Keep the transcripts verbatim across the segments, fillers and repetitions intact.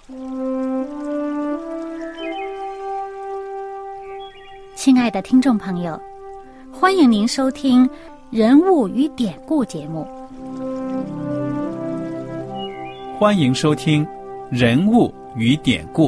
亲爱的听众朋友，欢迎您收听《人物与典故》节目。 欢迎收听《人物与典故》。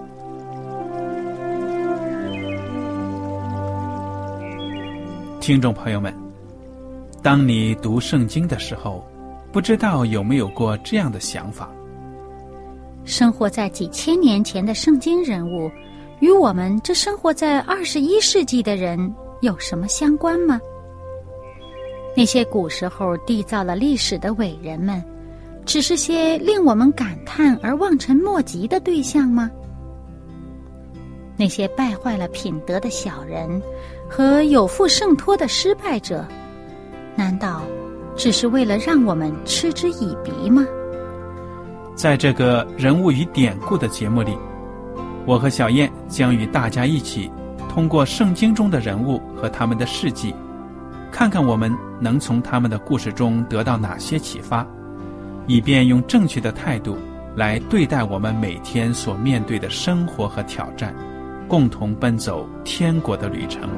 听众朋友们，当你读圣经的时候，不知道有没有过这样的想法： 生活在几千年前的圣经人物，与我们这生活在二十一世纪的人有什么相关吗？那些古时候缔造了历史的伟人们，只是些令我们感叹而望尘莫及的对象吗？那些败坏了品德的小人和有负圣托的失败者，难道只是为了让我们嗤之以鼻吗？ 在这个人物与典故的节目里，我和小燕将与大家一起通过圣经中的人物和他们的事迹，看看我们能从他们的故事中得到哪些启发，以便用正确的态度来对待我们每天所面对的生活和挑战，共同奔走天国的旅程。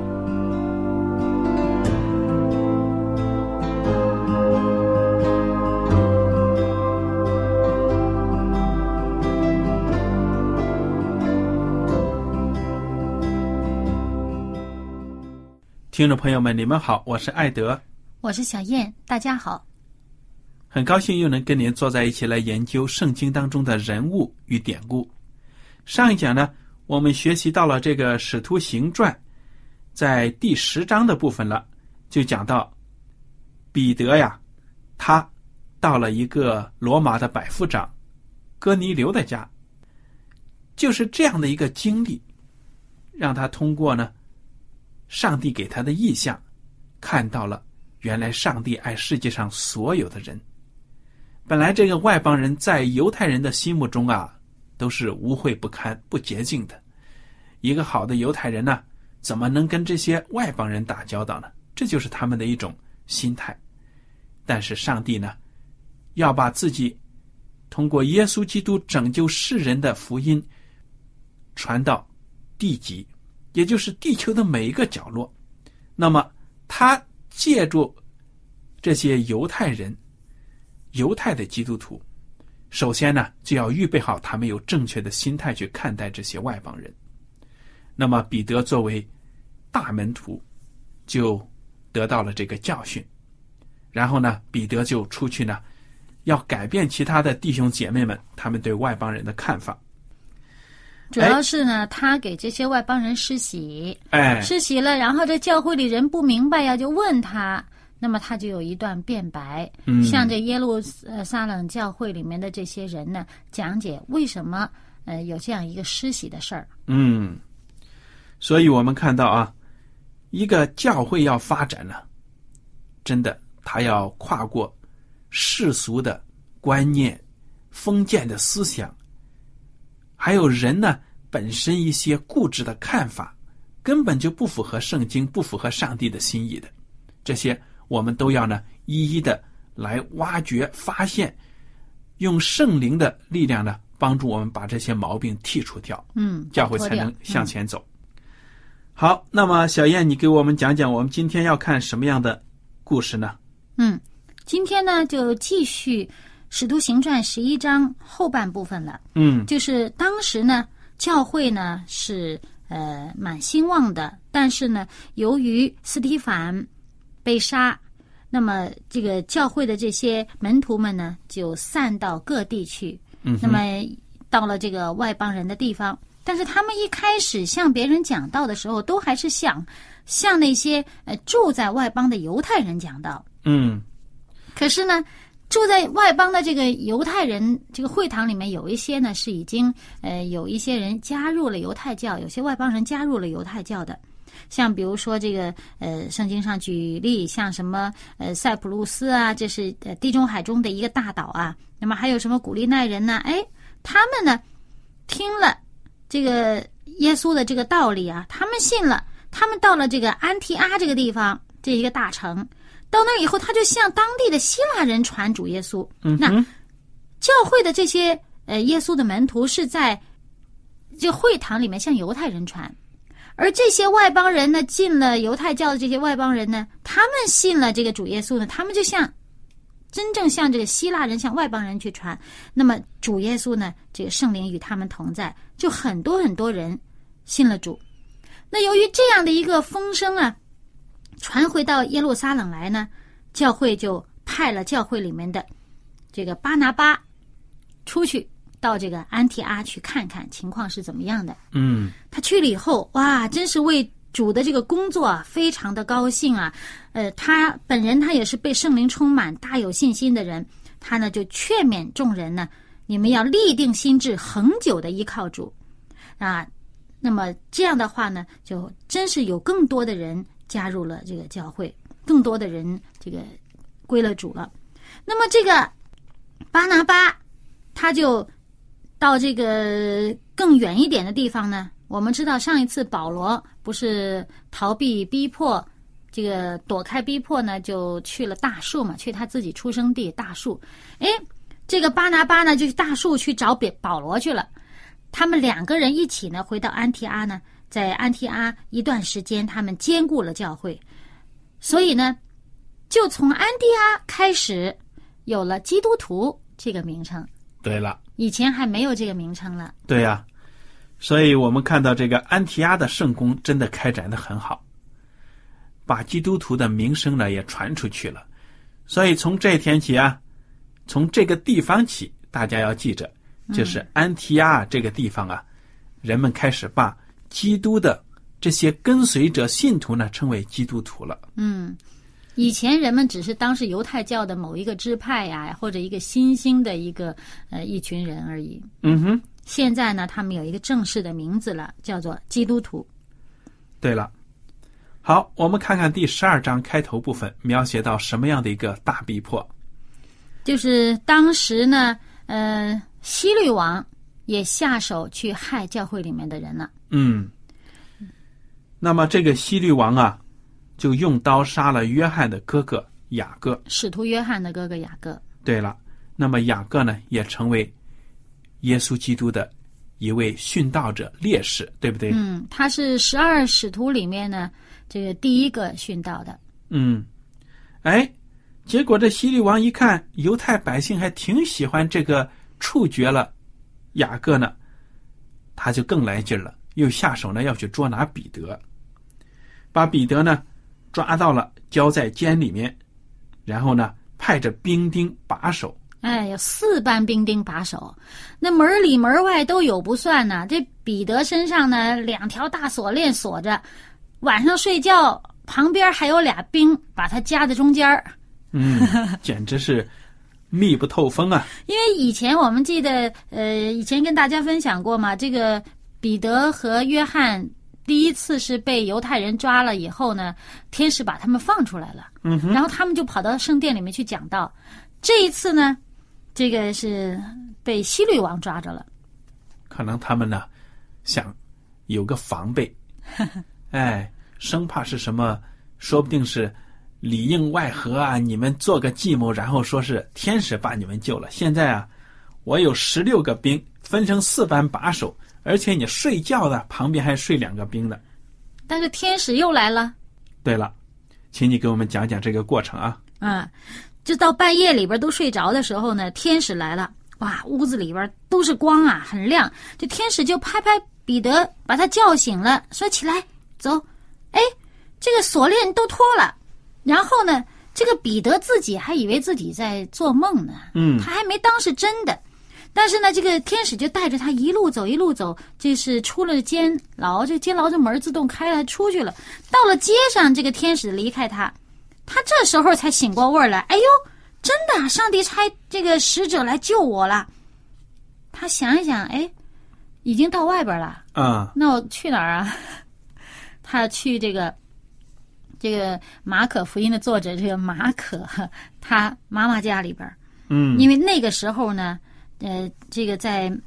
听众朋友们，你们好，我是艾德， 我是小燕，大家好。 很高兴又能跟您坐在一起来研究圣经当中的人物与典故。上一讲呢，我们学习到了这个使徒行传在第十章的部分了，就讲到彼得呀，他到了一个罗马的百夫长哥尼流的家，就是这样的一个经历，让他通过呢上帝给他的意象，看到了原来上帝爱世界上所有的人。本来这个外邦人在犹太人的心目中啊，都是污秽不堪、不洁净的。一个好的犹太人呢，怎么能跟这些外邦人打交道呢？这就是他们的一种心态。但是上帝呢，要把自己通过耶稣基督拯救世人的福音传到地极，也就是地球的每一个角落。那么他借助这些犹太人、犹太的基督徒，首先呢就要预备好他们有正确的心态去看待这些外邦人。那么彼得作为大门徒就得到了这个教训，然后呢彼得就出去呢要改变其他的弟兄姐妹们他们对外邦人的看法。 主要是呢，他给这些外邦人施洗， 哎， 施洗了，然后这教会里人不明白呀，就问他，那么他就有一段辩白，嗯，向这耶路撒冷教会里面的这些人呢，讲解为什么呃有这样一个施洗的事儿。 嗯，所以我们看到啊，一个教会要发展了，真的，他要跨过世俗的观念、封建的思想。还有人呢本身一些固执的看法，根本就不符合圣经，不符合上帝的心意的，这些我们都要呢一一的来挖掘发现，用圣灵的力量呢帮助我们把这些毛病剔除掉，嗯，教会才能向前走。嗯、好，那么小燕，你给我们讲讲我们今天要看什么样的故事呢？ 嗯，今天呢就继续使徒行传十一章后半部分了。嗯，就是当时呢教会呢是呃蛮兴旺的，但是呢由于司提反被杀，那么这个教会的这些门徒们呢就散到各地去，嗯，那么到了这个外邦人的地方，但是他们一开始向别人讲道的时候，都还是想向那些呃住在外邦的犹太人讲道。嗯，可是呢住在外邦的这个犹太人这个会堂里面，有一些呢是已经呃有一些人加入了犹太教，有些外邦人加入了犹太教的。像比如说这个呃圣经上举例，像什么呃塞浦路斯啊，这是呃地中海中的一个大岛啊。那么还有什么古利奈人呢？哎，他们呢听了这个耶稣的这个道理啊，他们信了，他们到了这个安提阿这个地方，这一个大城。到那以后，他就向当地的希腊人传主耶稣。嗯，那教会的这些呃，耶稣的门徒是在这会堂里面向犹太人传，而这些外邦人呢，进了犹太教的这些外邦人呢，他们信了这个主耶稣呢，他们就像真正向这个希腊人向外邦人去传。那么主耶稣呢，这个圣灵与他们同在，就很多很多人信了主。那由于这样的一个风声啊，传回到耶路撒冷来呢，教会就派了教会里面的这个巴拿巴出去到这个安提阿去看看情况是怎么样的。 嗯， 他去了以后，哇，真是为主的这个工作啊，非常的高兴啊。呃，他本人他也是被圣灵充满、大有信心的人，他呢就劝勉众人呢，你们要立定心志，恒久的依靠主啊。那么这样的话呢，就真是有更多的人加入了这个教会，更多的人这个归了主了。那么这个巴拿巴他就到这个更远一点的地方呢，我们知道上一次保罗不是逃避逼迫，这个躲开逼迫呢，就去了大树嘛，去他自己出生地大树。诶，这个巴拿巴呢就去大树去找保罗去了。他们两个人一起呢回到安提阿呢，在安提阿一段时间他们兼顾了教会，所以呢就从安提阿开始有了基督徒这个名称。 对了， 以前还没有这个名称了。 对呀、啊，所以我们看到这个安提阿的圣工真的开展得很好，把基督徒的名声呢也传出去了。所以从这一天起啊，从这个地方起，大家要记着，就是安提阿这个地方啊，嗯、人们开始把基督的这些跟随者信徒呢称为基督徒了。 嗯，以前人们只是当是犹太教的某一个支派呀、啊，或者一个新兴的一个呃一群人而已。 嗯哼。 现在呢，他们有一个正式的名字了，叫做基督徒。 对了，好，我们看看第十二章开头部分描写到什么样的一个大逼迫。 就是当时呢，呃，希律王也下手去害教会里面的人了。 嗯，那么这个希律王啊，就用刀杀了约翰的哥哥雅各， 使徒约翰的哥哥雅各。 对了，那么雅各呢，也成为耶稣基督的一位殉道者烈士，对不对？ 嗯，他是十二使徒里面呢，这个第一个殉道的。 嗯，哎，结果这希律王一看犹太百姓还挺喜欢这个处决了雅各呢，他就更来劲了，又下手呢要去捉拿彼得，把彼得呢抓到了，交在监里面，然后呢派着兵丁把守。 哎，有四班兵丁把守，那门里门外都有不算呢。这彼得身上呢，两条大锁链锁着，晚上睡觉旁边还有俩兵把他夹在中间儿。 嗯，简直是密不透风啊！ 因为以前我们记得，呃，以前跟大家分享过嘛，这个彼得和约翰第一次是被犹太人抓了以后呢，天使把他们放出来了， 嗯哼， 然后他们就跑到圣殿里面去讲道。这一次呢，这个是被希律王抓着了， 可能他们呢想有个防备，哎，生怕是什么，说不定是里应外合啊，你们做个计谋，然后说是天使把你们救了。现在啊，我有十六个兵，分成四班把守，而且你睡觉的旁边还睡两个兵的。 但是天使又来了。 对了，请你给我们讲讲这个过程啊。 啊，就到半夜里边都睡着的时候呢，天使来了，哇，屋子里边都是光啊，很亮。这天使就拍拍彼得，把他叫醒了，说起来，走。哎，这个锁链都脱了。然后呢，这个彼得自己还以为自己在做梦呢， 嗯， 他还没当是真的。但是呢，这个天使就带着他一路走一路走，就是出了监牢，这监牢的门自动开了，出去了。到了街上，这个天使离开他，他这时候才醒过味儿来。哎呦，真的，上帝差这个使者来救我了。他想一想，哎，已经到外边了， 啊、嗯， 那我去哪儿啊？他去这个这个马可福音的作者这个马可他妈妈家里边， 嗯， 因为那个时候呢。呃，这个在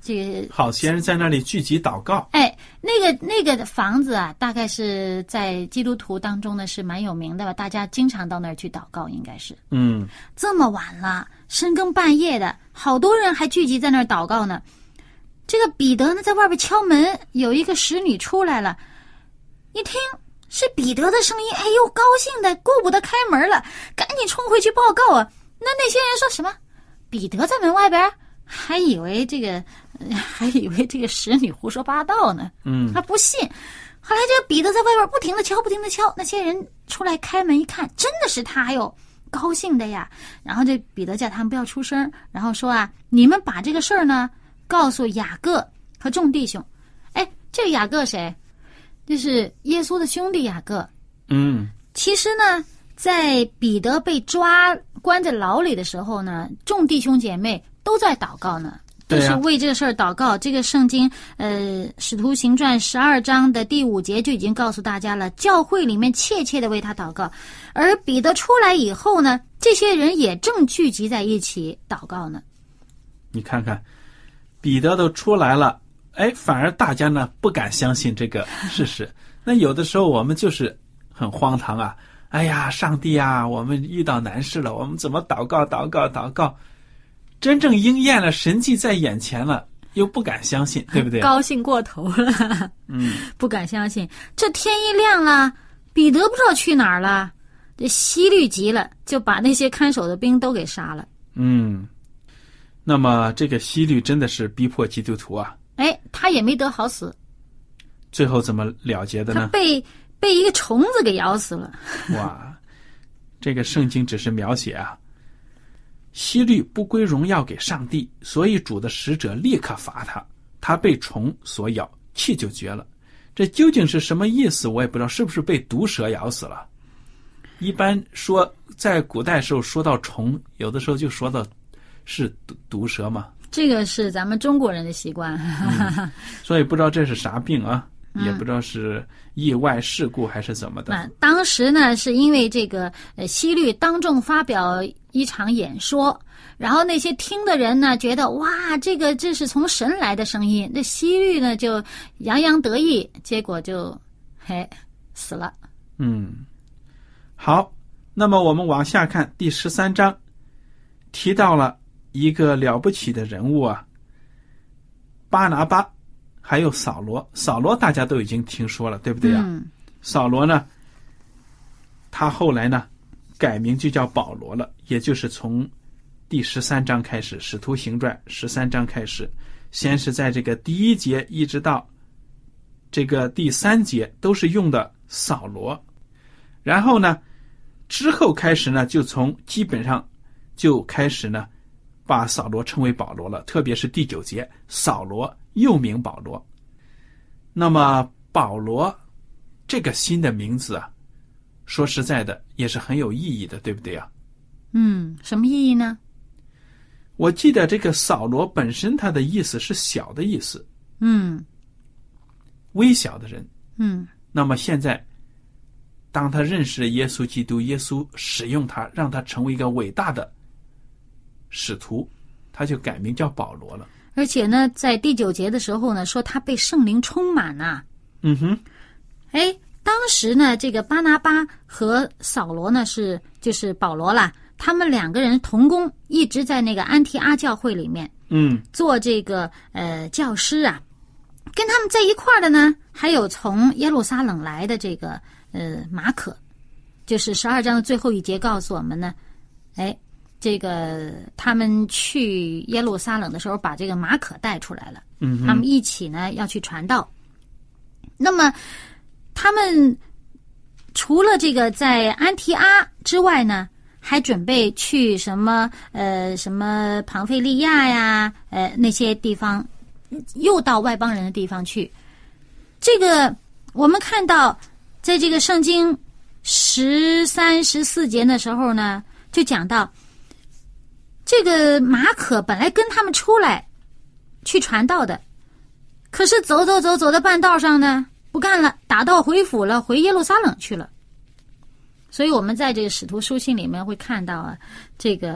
这个好些人在那里聚集祷告。 哎，那个那个房子啊，大概是在基督徒当中呢是蛮有名的吧，大家经常到那儿去祷告，应该是。 嗯， 这么晚了，深更半夜的，好多人还聚集在那儿祷告呢。这个彼得呢在外边敲门，有一个使女出来了，一听是彼得的声音，哎呦，高兴的顾不得开门了，赶紧冲回去报告啊。那那些人说什么？彼得在门外边，还以为这个还以为这个使女胡说八道呢。 嗯， 他不信。后来这个彼得在外边不停的敲不停的敲，那些人出来开门一看，真的是他哟，高兴的呀。然后这彼得叫他们不要出声，然后说啊，你们把这个事儿呢告诉雅各和众弟兄。哎，这个雅各谁？就是耶稣的兄弟雅各。 嗯， 其实呢，在彼得被抓关在牢里的时候呢，众弟兄姐妹都在祷告呢，都是为这个事儿祷告。这个圣经呃《使徒行传》十二章的第五节就已经告诉大家了，教会里面切切的为他祷告。而彼得出来以后呢，这些人也正聚集在一起祷告呢。 你看看，彼得都出来了，哎，反而大家呢不敢相信这个事实。那有的时候我们就是很荒唐啊，哎呀，上帝啊，我们遇到难事了，我们怎么祷告祷告祷告，真正应验了，神迹在眼前了，又不敢相信，对不对？ 高兴过头了， 嗯， 不敢相信。这天一亮了，彼得不知道去哪儿了，这希律急了，就把那些看守的兵都给杀了。 嗯，那么这个希律真的是逼迫基督徒啊。 哎，他也没得好死， 最后怎么了结的呢？ 他被被一个虫子给咬死了。 哇，这个圣经只是描写啊，希律不归荣耀给上帝，所以主的使者立刻罚他，他被虫所咬，气就绝了。这究竟是什么意思我也不知道，是不是被毒蛇咬死了？一般说在古代时候说到虫，有的时候就说到是毒毒蛇嘛， 这个是咱们中国人的习惯。 嗯、所以不知道这是啥病啊，嗯、也不知道是意外事故还是怎么的。 那当时呢，是因为这个呃希律当众发表一场演说，然后那些听的人呢觉得哇，这个这是从神来的声音，那希律呢就洋洋得意，结果就嘿死了。 嗯，好，那么我们往下看第十三章，提到了一个了不起的人物啊，巴拿巴还有扫罗。扫罗大家都已经听说了，对不对啊？ 嗯、 扫罗呢，他后来呢改名就叫保罗了，也就是从第十三章开始，使徒行传十三章开始，先是在这个第一节一直到这个第三节都是用的扫罗，然后呢之后开始呢就从基本上就开始呢把扫罗称为保罗了，特别是第九节，扫罗又名保罗。那么保罗这个新的名字啊，说实在的也是很有意义的，对不对啊？ 嗯，什么意义呢？ 我记得这个扫罗本身它的意思是小的意思， 嗯， 微小的人， 嗯。 那么现在当他认识了耶稣基督，耶稣使用他，让他成为一个伟大的使徒，他就改名叫保罗了。 而且呢，在第九节的时候呢，说他被圣灵充满啊。 嗯哼。 哎，当时呢，这个巴拿巴和扫罗呢是就是保罗啦，他们两个人同工，一直在那个安提阿教会里面， 嗯， 做这个呃教师啊。跟他们在一块儿的呢，还有从耶路撒冷来的这个呃马可，就是十二章的最后一节告诉我们呢，哎，这个他们去耶路撒冷的时候，把这个马可带出来了， 嗯， 他们一起呢要去传道。那么他们除了这个在安提阿之外呢，还准备去什么呃什么庞菲利亚呀，呃那些地方。又到外邦人的地方去。这个我们看到在这个圣经十三十四节的时候呢，就讲到这个马可本来跟他们出来去传道的，可是走走走走到半道上呢不干了，打道回府了，回耶路撒冷去了。所以我们在这个使徒书信里面会看到啊，这个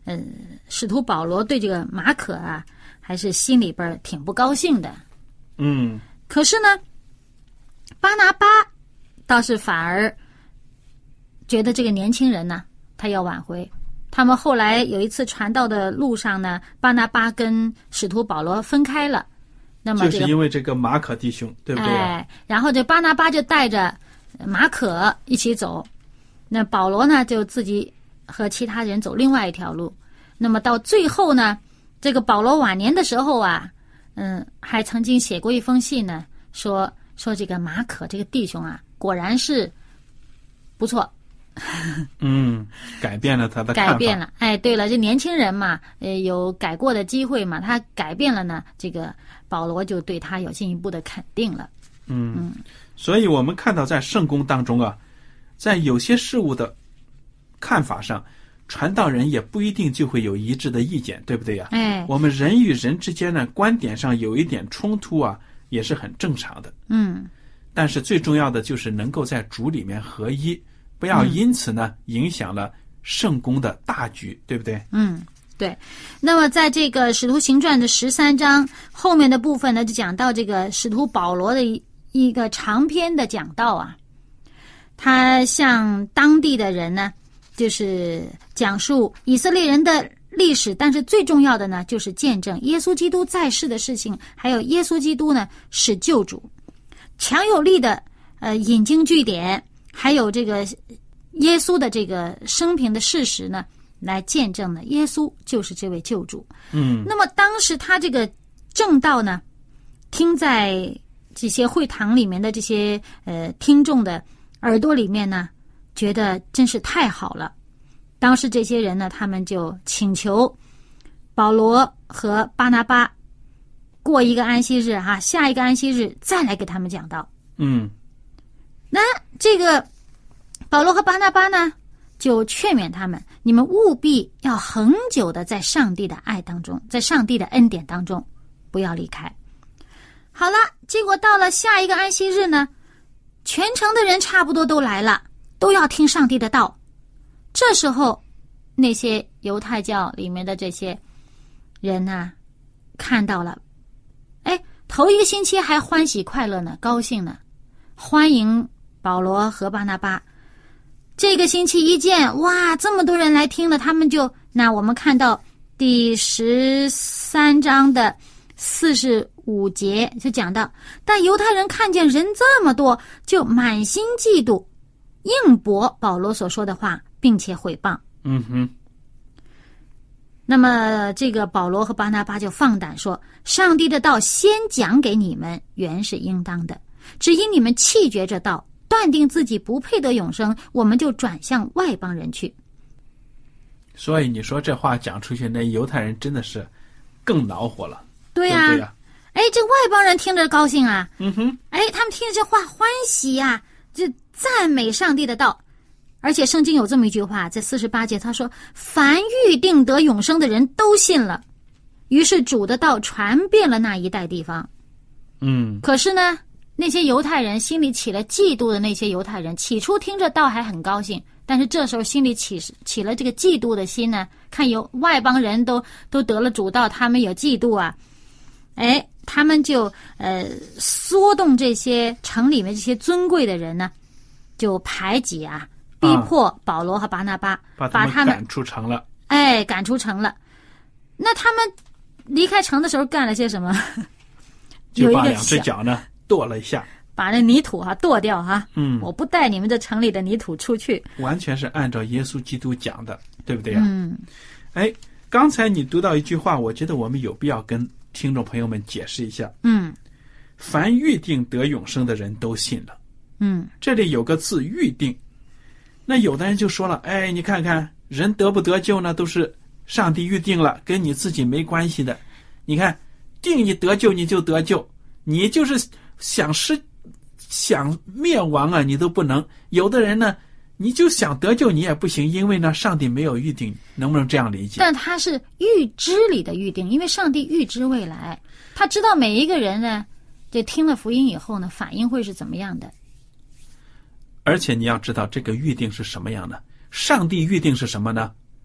呃，使徒保罗对这个马可啊，还是心里边挺不高兴的。 嗯， 可是呢，巴拿巴倒是反而觉得这个年轻人呢，他要挽回。他们后来有一次传道的路上呢，巴拿巴跟使徒保罗分开了。那么、这个、 就是因为这个马可弟兄，对不对、啊？ 哎，然后这巴拿巴就带着马可一起走，那保罗呢就自己和其他人走另外一条路。那么到最后呢，这个保罗晚年的时候啊，嗯，还曾经写过一封信呢，说说这个马可这个弟兄啊，果然是不错。 嗯，改变了他的看法。 改变了，哎，对了，这年轻人嘛，呃，有改过的机会嘛，他改变了呢，这个保罗就对他有进一步的肯定了。 嗯，嗯所以我们看到在圣工当中啊，在有些事物的看法上，传道人也不一定就会有一致的意见，对不对呀、啊？ 哎， 我们人与人之间呢，观点上有一点冲突啊，也是很正常的。 嗯， 但是最重要的就是能够在主里面合一。不要因此呢、嗯、影响了圣工的大局，对不对？ 嗯，对。那么在这个使徒行传的十三章后面的部分呢，就讲到这个使徒保罗的一一个长篇的讲道啊，他向当地的人呢，就是讲述以色列人的历史，但是最重要的呢，就是见证耶稣基督在世的事情，还有耶稣基督呢是救主，强有力的呃引经据典。还有这个耶稣的这个生平的事实呢，来见证呢，耶稣就是这位救主。 嗯， 那么当时他这个正道呢，听在这些会堂里面的这些呃听众的耳朵里面呢，觉得真是太好了。当时这些人呢，他们就请求保罗和巴拿巴过一个安息日哈、啊，下一个安息日再来给他们讲道。 嗯。 那这个保罗和巴拿巴呢，就劝勉他们，你们务必要恒久的在上帝的爱当中，在上帝的恩典当中，不要离开。好了，结果到了下一个安息日呢，全城的人差不多都来了，都要听上帝的道。这时候那些犹太教里面的这些人呢，看到了，哎，头一个星期还欢喜快乐呢，高兴呢，欢迎保罗和巴拿巴。这个星期一见，哇，这么多人来听了，他们就，那我们看到第十三章的四十五节就讲到，但犹太人看见人这么多，就满心嫉妒，硬驳保罗所说的话，并且毁谤。 嗯哼。 那么这个保罗和巴拿巴就放胆说，上帝的道先讲给你们，原是应当的，只因你们弃绝这道，断定自己不配得永生，我们就转向外邦人去。 所以你说这话讲出去，那犹太人真的是更恼火了。 对呀、啊， 对呀、啊。 哎，这外邦人听着高兴啊， 嗯哼， 哎，他们听着这话欢喜呀、啊，就赞美上帝的道。而且圣经有这么一句话，在四十八节他说，凡预定得永生的人都信了，于是主的道传遍了那一带地方。 嗯， 可是呢，那些犹太人心里起了嫉妒的那些犹太人，起初听着道还很高兴，但是这时候心里起起了这个嫉妒的心呢，看有外邦人都都得了主道，他们有嫉妒啊，哎，他们就呃唆动这些城里面这些尊贵的人呢，就排挤啊，逼迫保罗和巴拿巴， 把把他们赶出城了。 哎，赶出城了。那他们离开城的时候干了些什么？ 就把两只脚呢跺了一下， 把那泥土啊跺掉哈、啊。 嗯， 我不带你们这城里的泥土出去。 完全是按照耶稣基督讲的，对不对呀、啊？ 嗯。 哎，刚才你读到一句话，我觉得我们有必要跟听众朋友们解释一下。 嗯。 凡预定得永生的人都信了。 嗯。 这里有个字预定，那有的人就说了，哎，你看看人得不得救呢，都是上帝预定了，跟你自己没关系的。你看，定你得救你就得救，你就是想失想灭亡啊，你都不能。有的人呢，你就想得救你也不行，因为呢上帝没有预定，能不能这样理解？ 但他是预知里的预定，因为上帝预知未来，他知道每一个人呢，这听了福音以后呢，反应会是怎么样的。 而且你要知道这个预定是什么样的，上帝预定是什么呢？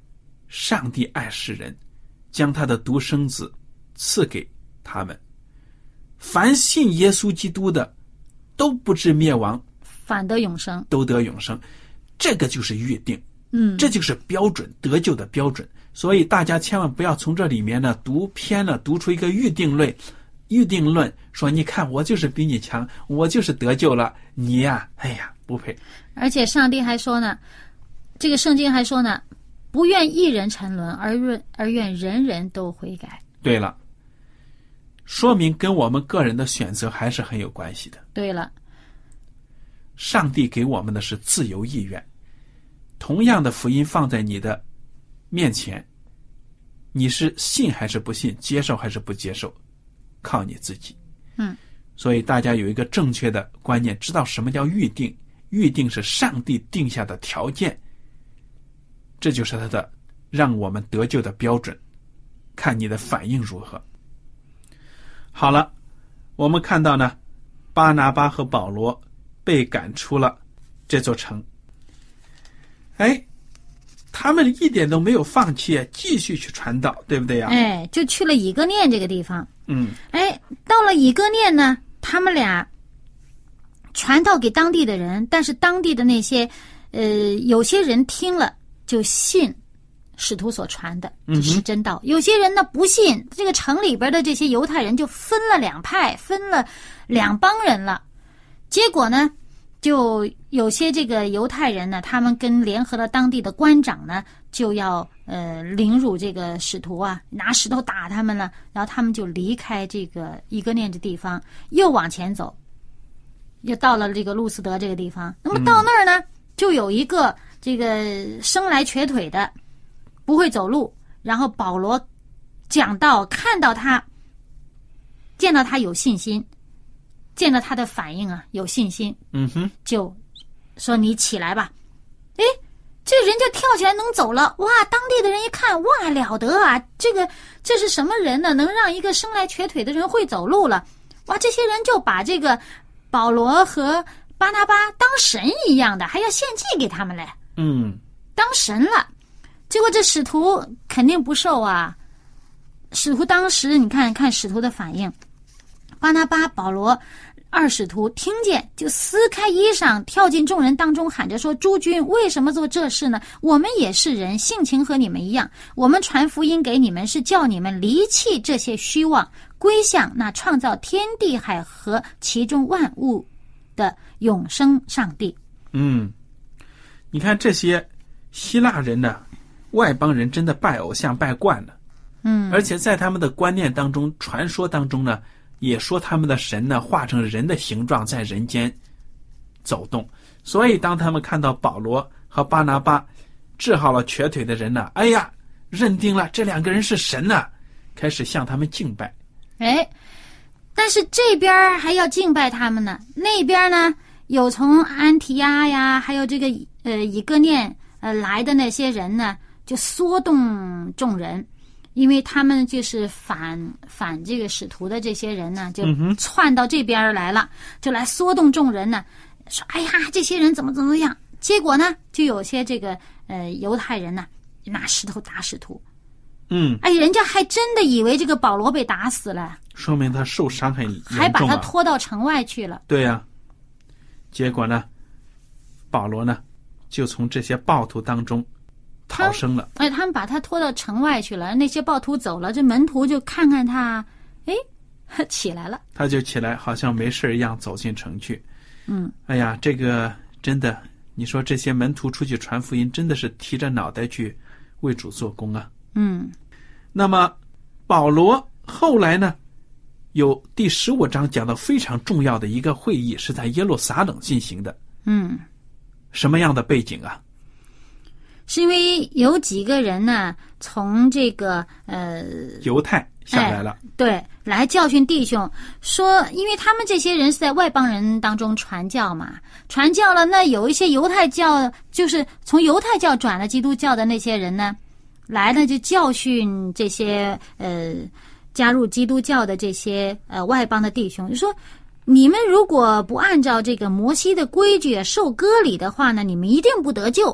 上帝爱世人，将他的独生子赐给他们，凡信耶稣基督的都不至灭亡， 反得永生， 都得永生。这个就是预定， 嗯， 这就是标准，得救的标准。所以大家千万不要从这里面呢读偏了，读出一个预定论，预定论说你看我就是比你强，我就是得救了，你呀，哎呀，不配。 而且上帝还说呢，这个圣经还说呢，不愿一人沉沦，而愿而愿人人都悔改。 对了，说明跟我们个人的选择还是很有关系的。 对了， 上帝给我们的是自由意愿，同样的福音放在你的面前，你是信还是不信，接受还是不接受，靠你自己。 嗯， 所以大家有一个正确的观念，知道什么叫预定。预定是上帝定下的条件，这就是他的让我们得救的标准，看你的反应如何。好了，我们看到呢，巴拿巴和保罗被赶出了这座城，哎，他们一点都没有放弃，继续去传道，对不对呀？ 哎，就去了以哥念这个地方。 嗯， 哎，到了以哥念呢，他们俩传道给当地的人，但是当地的那些呃有些人听了就信使徒所传的这是真道，嗯、有些人呢不信，这个城里边的这些犹太人就分了两派，分了两帮人了。结果呢，就有些这个犹太人呢，他们跟联合了当地的官长呢，就要呃凌辱这个使徒啊，拿石头打他们了，然后他们就离开这个以哥念的地方，又往前走。又到了这个路斯德这个地方，那么到那儿呢，嗯、就有一个这个生来瘸腿的，不会走路，然后保罗讲到看到他，见到他有信心，见到他的反应啊有信心， 嗯哼， 就说你起来吧。哎，这人就跳起来能走了，哇！当地的人一看，哇，了得啊！这个这是什么人呢？能让一个生来瘸腿的人会走路了？哇！这些人就把这个保罗和巴拿巴当神一样的，还要献祭给他们嘞。 嗯， 当神了。结果这使徒肯定不受啊。使徒当时你看看使徒的反应，巴拿巴、保罗二使徒听见就撕开衣裳，跳进众人当中，喊着说：“诸君为什么做这事呢？我们也是人，性情和你们一样。我们传福音给你们，是叫你们离弃这些虚妄，归向那创造天地海和其中万物的永生上帝。” 嗯，你看这些希腊人呢，外邦人真的拜偶像拜惯了。 嗯， 而且在他们的观念当中、传说当中呢，也说他们的神呢化成人的形状在人间走动。所以当他们看到保罗和巴拿巴治好了瘸腿的人呢，哎呀，认定了这两个人是神呢，开始向他们敬拜。 哎，但是这边还要敬拜他们呢，那边呢有从安提亚呀，还有这个呃以哥念呃来的那些人呢，就缩动众人。因为他们就是反反这个使徒的这些人呢，就窜到这边来了，就来缩动众人呢，说：“哎呀，这些人怎么怎么样？”结果呢，就有些这个呃犹太人呢，拿石头打使徒。 嗯， 哎，人家还真的以为这个保罗被打死了， 说明他受伤很严重、啊， 还把他拖到城外去了。 对呀、啊，结果呢，保罗呢，就从这些暴徒当中逃生了。 哎，他们把他拖到城外去了，那些暴徒走了，这门徒就看看他，哎，起来了， 他就起来，好像没事一样走进城去。 嗯， 哎呀，这个真的，你说这些门徒出去传福音，真的是提着脑袋去为主做工啊。 嗯， 那么保罗后来呢，有第十五章讲到非常重要的一个会议是在耶路撒冷进行的。 嗯， 什么样的背景啊？ 是因为有几个人呢，从这个呃犹太下来了、 哎，对，来教训弟兄，说，因为他们这些人是在外邦人当中传教嘛，传教了，那有一些犹太教，就是从犹太教转了基督教的那些人呢，来呢就教训这些呃加入基督教的这些呃外邦的弟兄，就说，你们如果不按照这个摩西的规矩受割礼的话呢，你们一定不得救。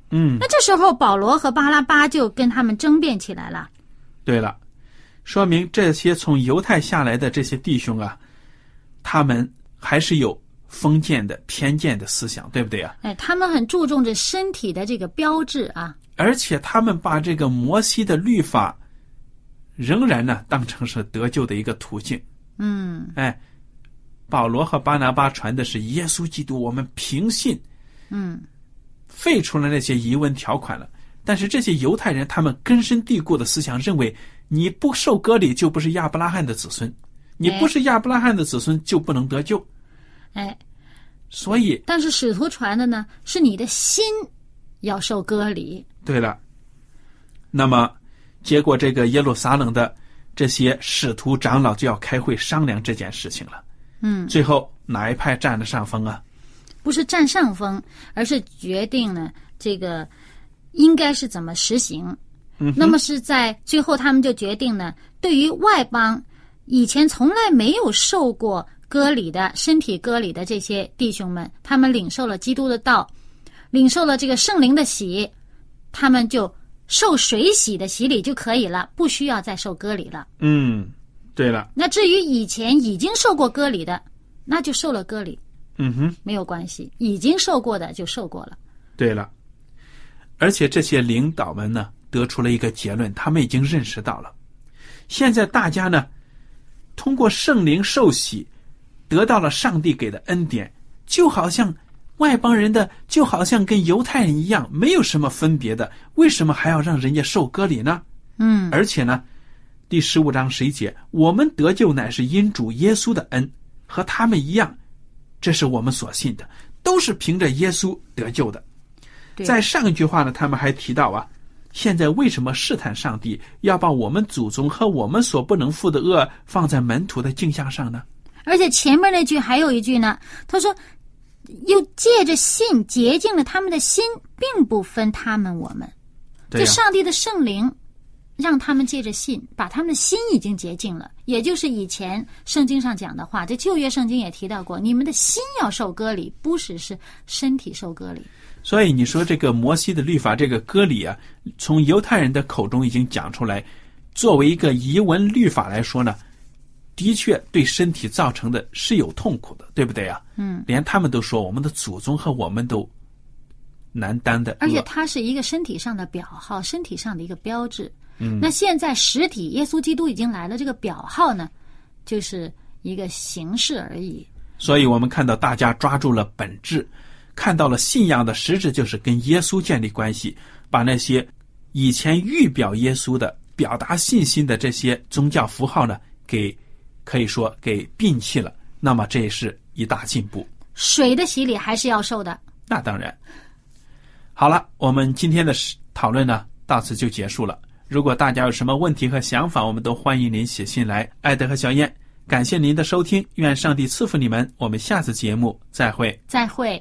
嗯， 那这时候保罗和巴拉巴就跟他们争辩起来了。 对了，说明这些从犹太下来的这些弟兄啊，他们还是有封建的偏见的思想，对不对啊？ 哎，他们很注重着身体的这个标志啊， 而且他们把这个摩西的律法仍然呢当成是得救的一个途径。 嗯， 哎，保罗和巴拿巴传的是耶稣基督，我们凭信， 嗯， 废除了那些疑问条款了。但是这些犹太人他们根深蒂固的思想认为，你不受割礼就不是亚伯拉罕的子孙，你不是亚伯拉罕的子孙就不能得救。 哎， 所以但是使徒传的呢是你的心要受割礼。 对了，那么结果这个耶路撒冷的这些使徒长老就要开会商量这件事情了。 嗯， 最后哪一派占了上风啊？ 不是占上风，而是决定呢这个应该是怎么实行。 嗯， 那么是在最后他们就决定呢，对于外邦以前从来没有受过割礼的身体割礼的这些弟兄们，他们领受了基督的道，领受了这个圣灵的洗，他们就受水洗的洗礼就可以了，不需要再受割礼了。 嗯，对了。 那至于以前已经受过割礼的，那就受了割礼。 嗯哼， 没有关系，已经受过的就受过了。 对了，而且这些领导们呢得出了一个结论，他们已经认识到了，现在大家呢通过圣灵受洗得到了上帝给的恩典，就好像外邦人的，就好像跟犹太人一样，没有什么分别的，为什么还要让人家受割礼呢？ 嗯， 而且呢第十五章十一节，我们得救乃是因主耶稣的恩，和他们一样，这是我们所信的，都是凭着耶稣得救的。在上一句话呢，他们还提到啊，现在为什么试探上帝，要把我们祖宗和我们所不能负的恶放在门徒的镜像上呢？ 而且前面那句还有一句呢，他说又借着信洁净了他们的心，并不分他们我们。 对啊， 这上帝的圣灵让他们借着信把他们的心已经洁净了，也就是以前圣经上讲的话，这旧约圣经也提到过，你们的心要受割礼，不只是身体受割礼。 所以你说这个摩西的律法，这个割礼啊，从犹太人的口中已经讲出来，作为一个遗文律法来说呢，的确对身体造成的是有痛苦的，对不对啊？ 嗯， 连他们都说我们的祖宗和我们都难担的， 而且它是一个身体上的表号，身体上的一个标志。 嗯， 那现在实体耶稣基督已经来了，这个表号呢就是一个形式而已。 所以我们看到大家抓住了本质，看到了信仰的实质就是跟耶稣建立关系，把那些以前预表耶稣的表达信心的这些宗教符号呢给可以说给摒弃了，那么这也是一大进步。 水的洗礼还是要受的， 那当然。好了，我们今天的讨论呢到此就结束了。如果大家有什么问题和想法，我们都欢迎您写信来。艾德和小燕，感谢您的收听，愿上帝赐福你们，我们下次节目再会。 再会。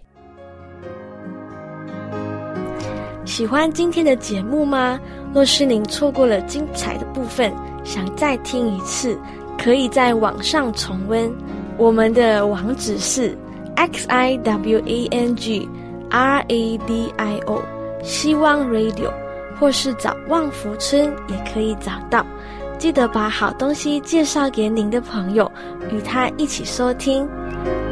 喜欢今天的节目吗？若是您错过了精彩的部分，想再听一次，可以在网上重温。我们的网址是 x i w a n g r a d i o 希望 radio， 或是找旺福村也可以找到。记得把好东西介绍给您的朋友，与他一起收听。